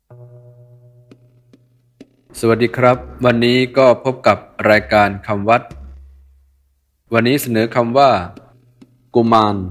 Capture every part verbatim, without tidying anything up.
สวัสดีครับวันนี้ก็พบกับรายการคำวัดวันนี้เสนอคำว่ากุมาร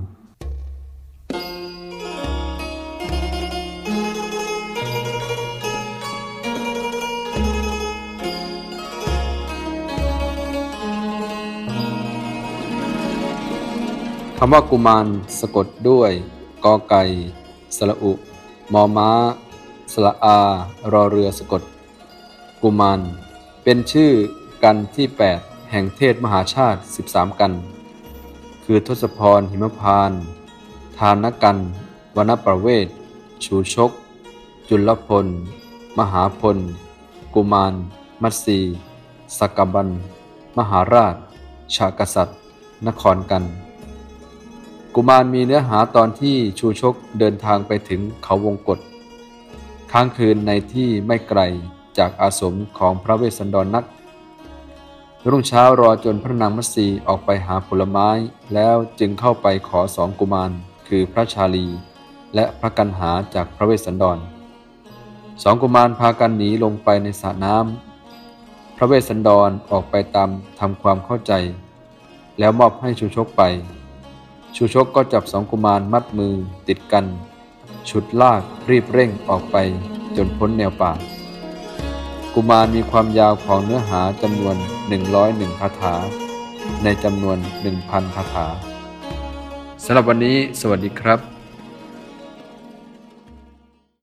คำว่ากุมารสะกดด้วยกอไก่สระอุมอม้าสระอารอเรือสะกดกุมารเป็นชื่อกันที่แปดแห่งเทศมหาชาติสิบสามกันคือทศพรหิมพานต์ทานกันวณประเวศชูชกจุลพลมหาพลกุมารมัตสีสักกบันมหาราชชากษัตริย์นครกันกุมารมีเนื้อหาตอนที่ชูชกเดินทางไปถึงเขาวงกฏค้างคืนในที่ไม่ไกลจากอาสมของพระเวสสันดรนักรุ่งเช้ารอจนพระนางมัตสีออกไปหาผลไม้แล้วจึงเข้าไปขอสองกุมารคือพระชาลีและพระกันหาจากพระเวสสันดรสองกุมารพากันหนีลงไปในสระน้ำพระเวสสันดรออกไปตามทำความเข้าใจแล้วมอบให้ชูชกไปชูชกก็จับสองกุมารมัดมือติดกันฉุดลากรีบเร่งออกไปจนพ้นแนวป่ากุมารมีความยาวของเนื้อหาจำนวนหนึ่งร้อยเอ็ดคาถาในจำนวน หนึ่งพัน คาถาสำหรับวันนี้สวัสดีครับ